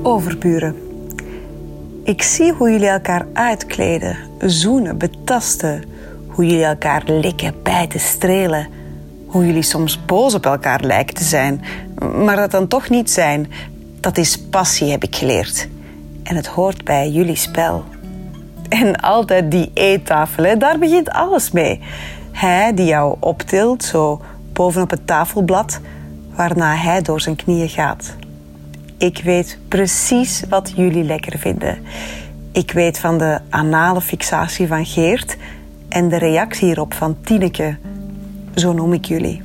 Overburen. Ik zie hoe jullie elkaar uitkleden, zoenen, betasten. Hoe jullie elkaar likken, bijten, strelen. Hoe jullie soms boos op elkaar lijken te zijn, maar dat dan toch niet zijn. Dat is passie, heb ik geleerd. En het hoort bij jullie spel. En altijd die eettafel, hè? Daar begint alles mee. Hij die jou optilt, zo bovenop het tafelblad, waarna hij door zijn knieën gaat. Ik weet precies wat jullie lekker vinden. Ik weet van de anale fixatie van Geert en de reactie hierop van Tineke. Zo noem ik jullie.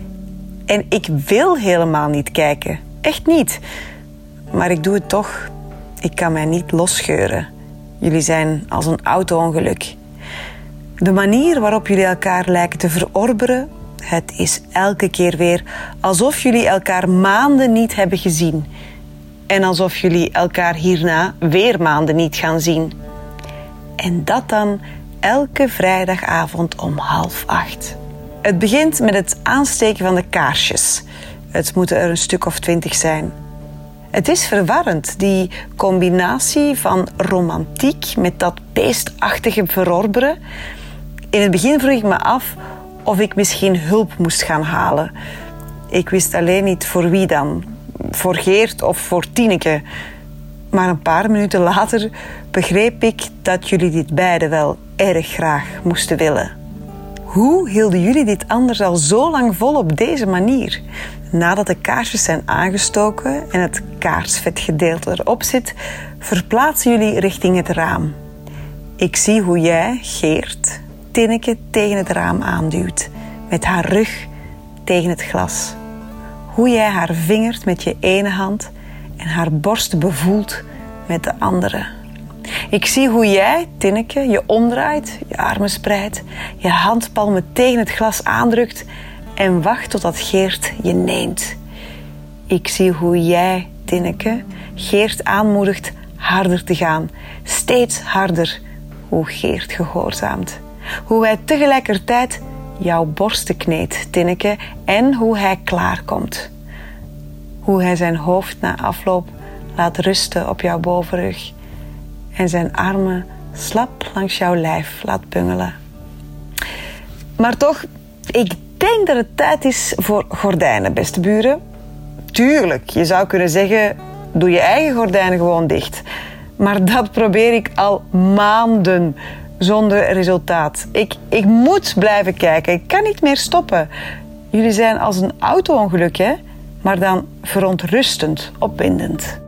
En ik wil helemaal niet kijken. Echt niet. Maar ik doe het toch. Ik kan mij niet losscheuren. Jullie zijn als een auto-ongeluk. De manier waarop jullie elkaar lijken te verorberen, het is elke keer weer alsof jullie elkaar maanden niet hebben gezien. En alsof jullie elkaar hierna weer maanden niet gaan zien. En dat dan elke vrijdagavond om 7:30. Het begint met het aansteken van de kaarsjes. Het moeten er een stuk of 20 zijn. Het is verwarrend, die combinatie van romantiek met dat beestachtige verorberen. In het begin vroeg ik me af of ik misschien hulp moest gaan halen. Ik wist alleen niet voor wie dan. Voor Geert of voor Tineke. Maar een paar minuten later begreep ik dat jullie dit beiden wel erg graag moesten willen. Hoe hielden jullie dit anders al zo lang vol op deze manier? Nadat de kaarsjes zijn aangestoken en het kaarsvetgedeelte erop zit, verplaatsen jullie richting het raam. Ik zie hoe jij, Geert, Tineke tegen het raam aanduwt, met haar rug tegen het glas. Hoe jij haar vingert met je ene hand en haar borst bevoelt met de andere. Ik zie hoe jij, Tineke, je omdraait, je armen spreidt, je handpalmen tegen het glas aandrukt en wacht totdat Geert je neemt. Ik zie hoe jij, Tineke, Geert aanmoedigt harder te gaan, steeds harder. Hoe Geert gehoorzaamt. Hoe hij tegelijkertijd jouw borsten kneedt, Tineke, en hoe hij klaarkomt. Hoe hij zijn hoofd na afloop laat rusten op jouw bovenrug en zijn armen slap langs jouw lijf laat bungelen. Maar toch, ik denk dat het tijd is voor gordijnen, beste buren. Tuurlijk, je zou kunnen zeggen, doe je eigen gordijnen gewoon dicht. Maar dat probeer ik al maanden zonder resultaat. Ik moet blijven kijken, ik kan niet meer stoppen. Jullie zijn als een auto-ongeluk, hè? Maar dan verontrustend opwindend.